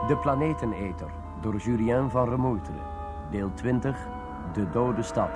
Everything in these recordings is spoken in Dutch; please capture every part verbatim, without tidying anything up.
De Planeteneter, door Julien van Remoeteren. Deel twintig, De Dode Stad.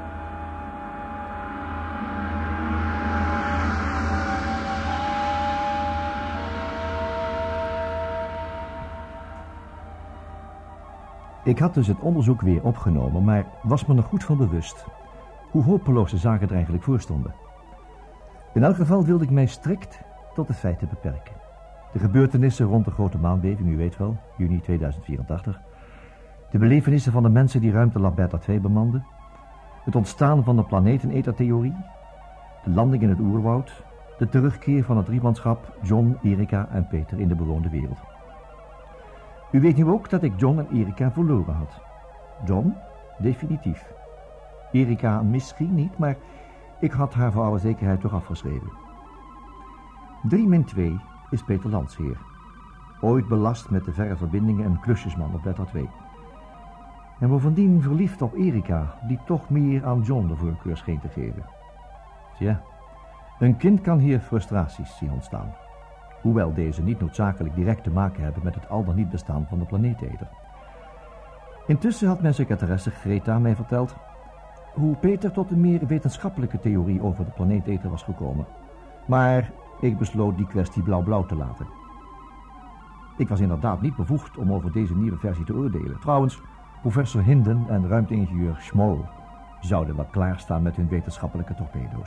Ik had dus het onderzoek weer opgenomen, maar was me nog goed van bewust hoe hopeloos de zaken er eigenlijk voor stonden. In elk geval wilde ik mij strikt tot de feiten beperken. De gebeurtenissen rond de grote maanbeving, u weet wel, juni tweeduizend vierentachtig. De belevenissen van de mensen die ruimtelab Beta twee bemanden. Het ontstaan van de planetenetertheorie. De landing in het oerwoud. De terugkeer van het driemanschap John, Erika en Peter in de bewoonde wereld. U weet nu ook dat ik John en Erika verloren had. John, definitief. Erika misschien niet, maar ik had haar voor alle zekerheid toch afgeschreven. drie min twee is Peter Landsheer. Ooit belast met de verre verbindingen en klusjesman op Beta twee. En bovendien verliefd op Erika, die toch meer aan John de voorkeur scheen te geven. Tja, een kind kan hier frustraties zien ontstaan. Hoewel deze niet noodzakelijk direct te maken hebben met het al dan niet bestaan van de planeeteter. Intussen had mijn secretaresse Greta mij verteld hoe Peter tot een meer wetenschappelijke theorie over de planeeteter was gekomen. Maar ik besloot die kwestie blauw-blauw te laten. Ik was inderdaad niet bevoegd om over deze nieuwe versie te oordelen. Trouwens, professor Hinden en ruimteingenieur Schmoll zouden wel klaarstaan met hun wetenschappelijke torpedo's.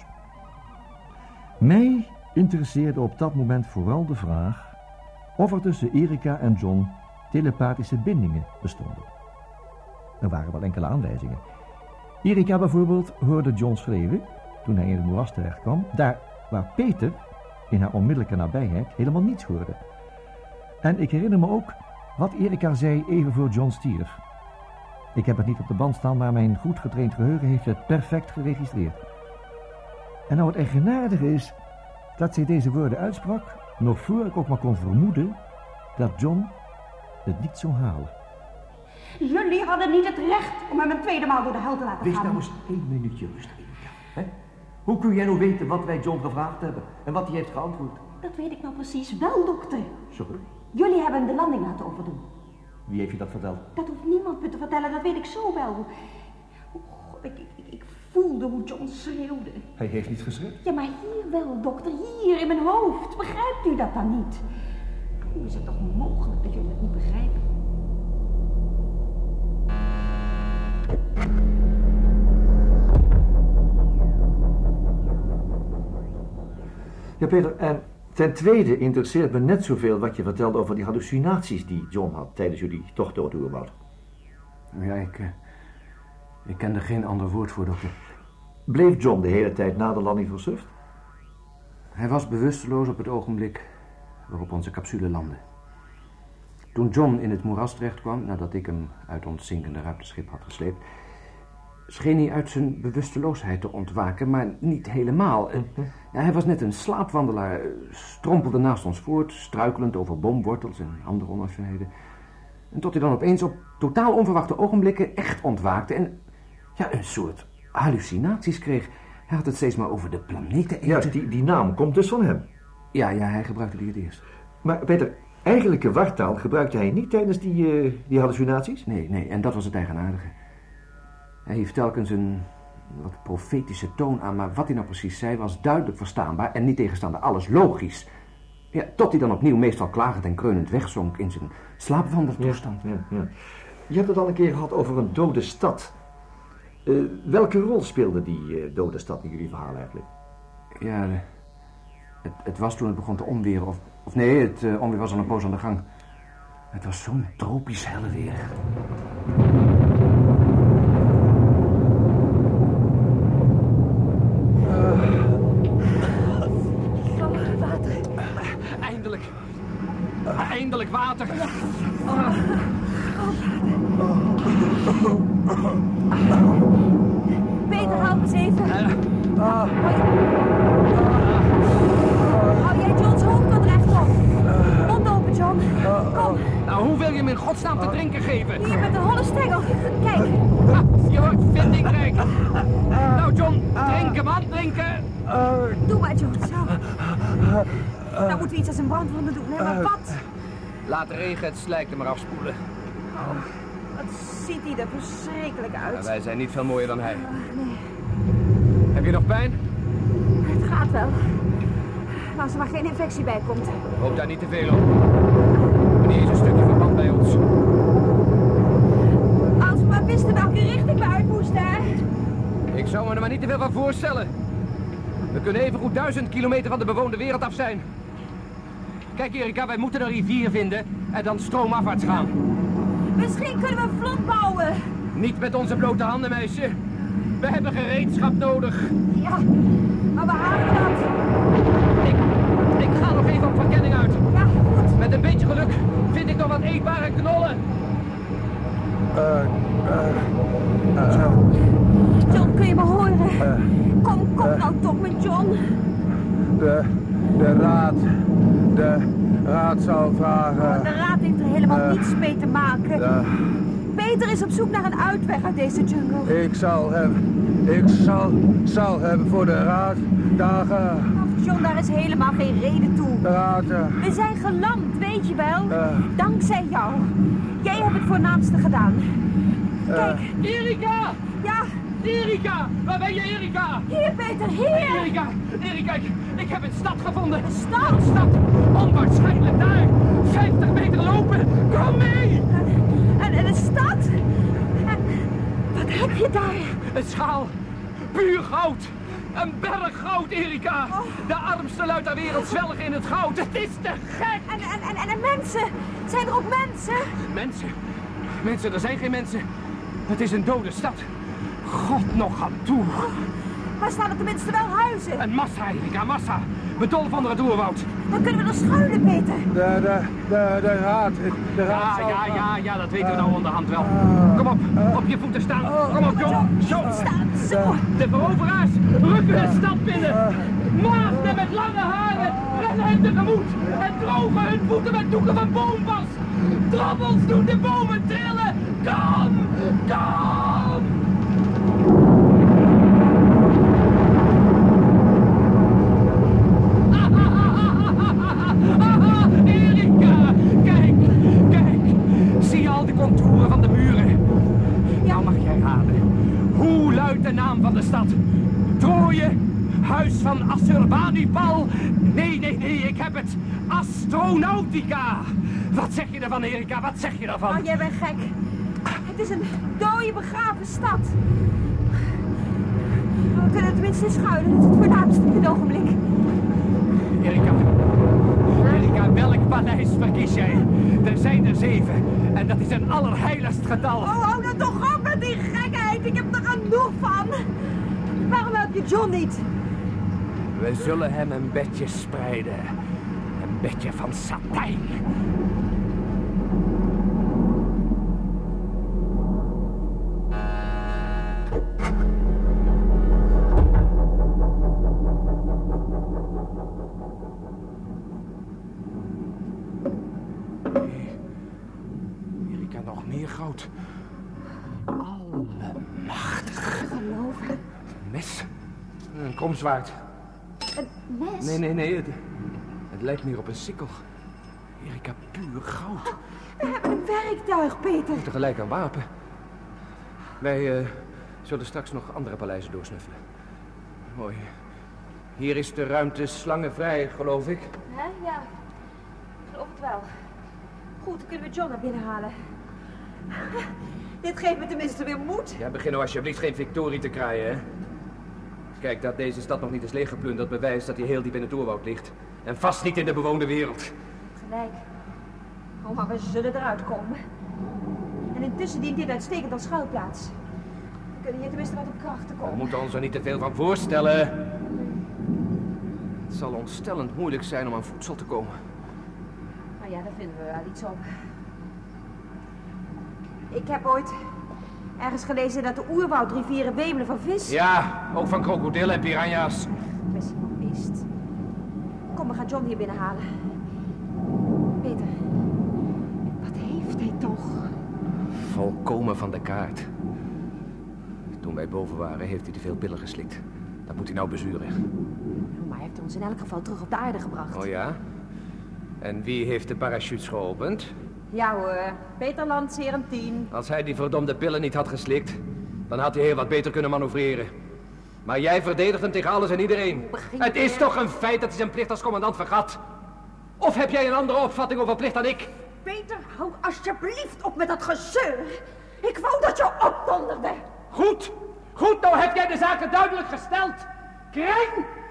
Mij interesseerde op dat moment vooral de vraag of er tussen Erika en John telepathische bindingen bestonden. Er waren wel enkele aanwijzingen. Erika bijvoorbeeld hoorde John schreeuwen toen hij in het moeras terecht kwam, daar waar Peter in haar onmiddellijke nabijheid helemaal niets hoorde. En ik herinner me ook wat Erika zei even voor John stierf. Ik heb het niet op de band staan, maar mijn goed getraind geheugen heeft het perfect geregistreerd. En nou het eigenaardige is dat zij deze woorden uitsprak, nog voor ik ook maar kon vermoeden dat John het niet zou halen. Jullie hadden niet het recht om hem een tweede maal door de hel te laten gaan. Wees nou eens één minuutje rustig, Erika. Hè? Hoe kun jij nou weten wat wij John gevraagd hebben en wat hij heeft geantwoord? Dat weet ik nou precies wel, dokter. Sorry? Jullie hebben hem de landing laten overdoen. Wie heeft je dat verteld? Dat hoeft niemand me te vertellen, dat weet ik zo wel. Oh, God, ik, ik, ik voelde hoe John schreeuwde. Hij heeft niet geschreeuwd? Ja, maar hier wel, dokter, hier in mijn hoofd. Begrijpt u dat dan niet? Hoe is het toch mogelijk dat jullie het niet begrijpen? Ja, Peter, en ten tweede interesseert me net zoveel wat je vertelde over die hallucinaties die John had tijdens jullie tocht door het oerwoud. Ja, ik, uh, ik ken er geen ander woord voor, dokter. Bleef John de hele tijd na de landing versuft? Hij was bewusteloos op het ogenblik waarop onze capsule landde. Toen John in het moeras terecht kwam, nadat ik hem uit ons zinkende ruimteschip had gesleept, scheen hij uit zijn bewusteloosheid te ontwaken, maar niet helemaal. Uh, ja, hij was net een slaapwandelaar, strompelde naast ons voort, struikelend over boomwortels en andere onaffinheden. En tot hij dan opeens op totaal onverwachte ogenblikken echt ontwaakte en ja, een soort hallucinaties kreeg. Hij had het steeds maar over de planeten. Ja, die, die naam komt dus van hem. Ja, ja, hij gebruikte die het eerst. Maar Peter, eigenlijke wartaal gebruikte hij niet tijdens die, uh, die hallucinaties? Nee, nee, en dat was het eigenaardige. Hij heeft telkens een wat profetische toon aan, maar wat hij nou precies zei was duidelijk verstaanbaar en niet tegenstaande alles logisch. Ja, tot hij dan opnieuw meestal klagend en kreunend wegzonk in zijn slaapwandeltoestand. Ja, ja, ja. Je hebt het al een keer gehad over een dode stad. Uh, welke rol speelde die uh, dode stad in jullie verhaal eigenlijk? Ja, de, het, het was toen het begon te onweren, of, of nee, het uh, onweer was al een poos aan de gang. Het was zo'n tropisch helle weer. Eindelijk water. Oh. Peter, hou eens even. Uh. Hou jij John's hoofd wat rechtop. Mond open, John. Kom. Nou, hoe wil je hem in godsnaam te drinken geven? Hier met een holle stengel. Kijk. Ha, je wordt vindingrijk. Nou, John, drinken, man, drinken. Doe maar, John, zo. Dan moeten we iets als een brandwonden doen, hè? Maar wat? Laat de regen het slijk er maar afspoelen. Oh, wat ziet hij er verschrikkelijk uit. Ja, wij zijn niet veel mooier dan hij. Uh, nee. Heb je nog pijn? Het gaat wel. Maar als er maar geen infectie bij komt. Hoop daar niet te veel op. Niet eens een stukje verband bij ons. Als we maar wisten welke richting we uit moesten, hè? Ik zou me er maar niet te veel van voorstellen. We kunnen even goed duizend kilometer van de bewoonde wereld af zijn. Kijk, Erika, wij moeten een rivier vinden en dan stroomafwaarts gaan. Misschien kunnen we een vlot bouwen. Niet met onze blote handen, meisje. We hebben gereedschap nodig. Ja, maar we halen dat. Ik, ik ga nog even op verkenning uit. Ja, goed. Met een beetje geluk vind ik nog wat eetbare knollen. Uh, uh, uh, John, kun je me horen? Uh, kom, kom uh, nou toch met John. De, de raad, de raad zou vragen... De raad heeft er helemaal uh, niets mee te maken. Uh, Peter is op zoek naar een uitweg uit deze jungle. Ik zal hem, ik zal, zal hem voor de raad dagen. Ach, John, daar is helemaal geen reden toe. De raad... Uh, We zijn geland, weet je wel. Uh, Dankzij jou. Jij hebt het voornaamste gedaan. Uh, Kijk. Erika! Ja? Erika! Waar ben je, Erika? Hier, Peter, hier! Erika! Erika, ik, ik heb een stad gevonden. Een stad? Een stad! Onwaarschijnlijk daar! vijftig meter lopen! Kom mee! En, en een stad? En, wat heb je daar? Een schaal. Puur goud. Een berg goud, Erika. Oh. De armste lui ter wereld zwelgen in het goud. Het is te gek. En, en, en, en mensen? Zijn er ook mensen? Mensen? Mensen, er zijn geen mensen. Het is een dode stad. God nog aan toe. Maar staan er tenminste wel huizen? Een massa, Erika, massa. Bedolven onder het oerwoud. Dan kunnen we er schuilen, Peter. De, de, de, de raad, de raad Ja, zal... ja, ja, ja, dat weten we nou onderhand wel. Kom op, op je voeten staan. Kom op, John. Zo. Staan, zo. De veroveraars rukken de stad binnen. Maagden met lange haren rennen hen tegemoet en drogen hun voeten met doeken van boomwas. Droppels doen de bomen trillen. Kom, kom. Erika, kijk, kijk. Zie je al de contouren van de muren? Nou mag jij raden. Hoe luidt de naam van de stad? Troje? Huis van Assurbanipal? Nee, nee, nee, ik heb het. Astronautica. Wat zeg je ervan, Erika? Wat zeg je ervan? Oh, jij bent gek. Het is een dode begraven stad. We kunnen tenminste schuilen. Dat is het voornaamste op dit ogenblik. Erika. Erika, welk paleis verkies jij? Er zijn er zeven. En dat is een allerheiligst getal. Oh, hou nou toch op met die gekheid. Ik heb er genoeg van. Waarom help je John niet? We zullen hem een bedje spreiden. Een bedje van satijn. Erika, nog meer goud. Allemachtig. Geloven. Een mes. Een kromzwaard. Een mes? Nee, nee, nee. Het, het lijkt meer op een sikkel. Erika, puur goud. We hebben een werktuig, Peter. Tegelijk een wapen. Wij uh, zullen straks nog andere paleizen doorsnuffelen. Mooi. Hier is de ruimte slangenvrij, geloof ik. Hè? Ja. Geloof het wel. Goed, dan kunnen we John naar binnen halen. Dit geeft me tenminste weer moed. Ja, begin nou alsjeblieft geen victorie te kraaien, hè. Kijk, dat deze stad nog niet is leeggeplunderd bewijst dat hij heel diep in het oerwoud ligt. En vast niet in de bewoonde wereld. Gelijk. Oh, maar we zullen eruit komen. En intussen dient dit uitstekend als schuilplaats. We kunnen hier tenminste wat op krachten We komen. moeten ons er niet te veel van voorstellen. Het zal ontstellend moeilijk zijn om aan voedsel te komen. Nou ja, daar vinden we wel iets op. Ik heb ooit ergens gelezen dat de oerwoudrivieren wemelen van vis. Ja, ook van krokodillen en piranha's. Pessimist. Kom, we gaan John hier binnenhalen. Peter, wat heeft hij toch? Volkomen van de kaart. Toen wij boven waren, heeft hij te veel pillen geslikt. Dat moet hij nou bezuren. Maar hij heeft ons in elk geval terug op de aarde gebracht. Oh ja? En wie heeft de parachutes geopend? Ja hoor, Peter Landsheer een tien. Als hij die verdomde pillen niet had geslikt, dan had hij heel wat beter kunnen manoeuvreren. Maar jij verdedigt hem tegen alles en iedereen. Begin Het is weer. toch een feit dat hij zijn plicht als commandant vergat? Of heb jij een andere opvatting over plicht dan ik? Peter, hou alsjeblieft op met dat gezeur. Ik wou dat je opdonderde. Goed, goed, nou heb jij de zaken duidelijk gesteld. Krijn!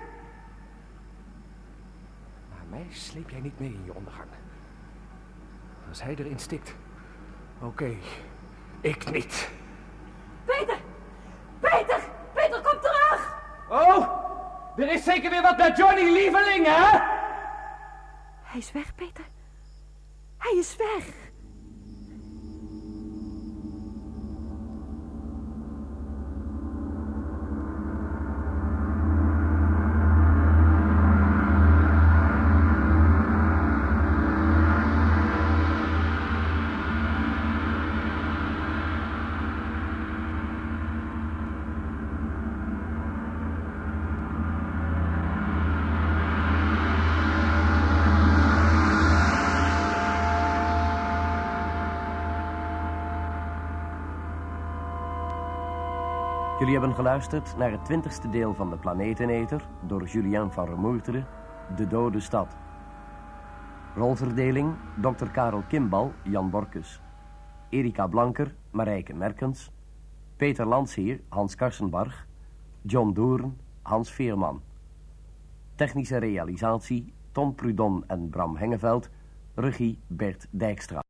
Maar mij sleep jij niet mee in je ondergang. Als hij erin stikt. Oké, okay. Ik niet. Peter! Peter! Peter, kom terug! Oh, er is zeker weer wat met Johnny Lieveling, hè? Hij is weg, Peter. Hij is weg. Jullie hebben geluisterd naar het twintigste deel van De Planeteneter door Julien van Remoeteren, De Dode Stad. Rolverdeling: dokter Karel Kimbal, Jan Borkus. Erika Blanker, Marijke Merkens. Peter Landsheer, Hans Karsenbarg. John Doorn, Hans Veerman. Technische realisatie: Ton Prudon en Bram Hengeveld. Regie: Bert Dijkstra.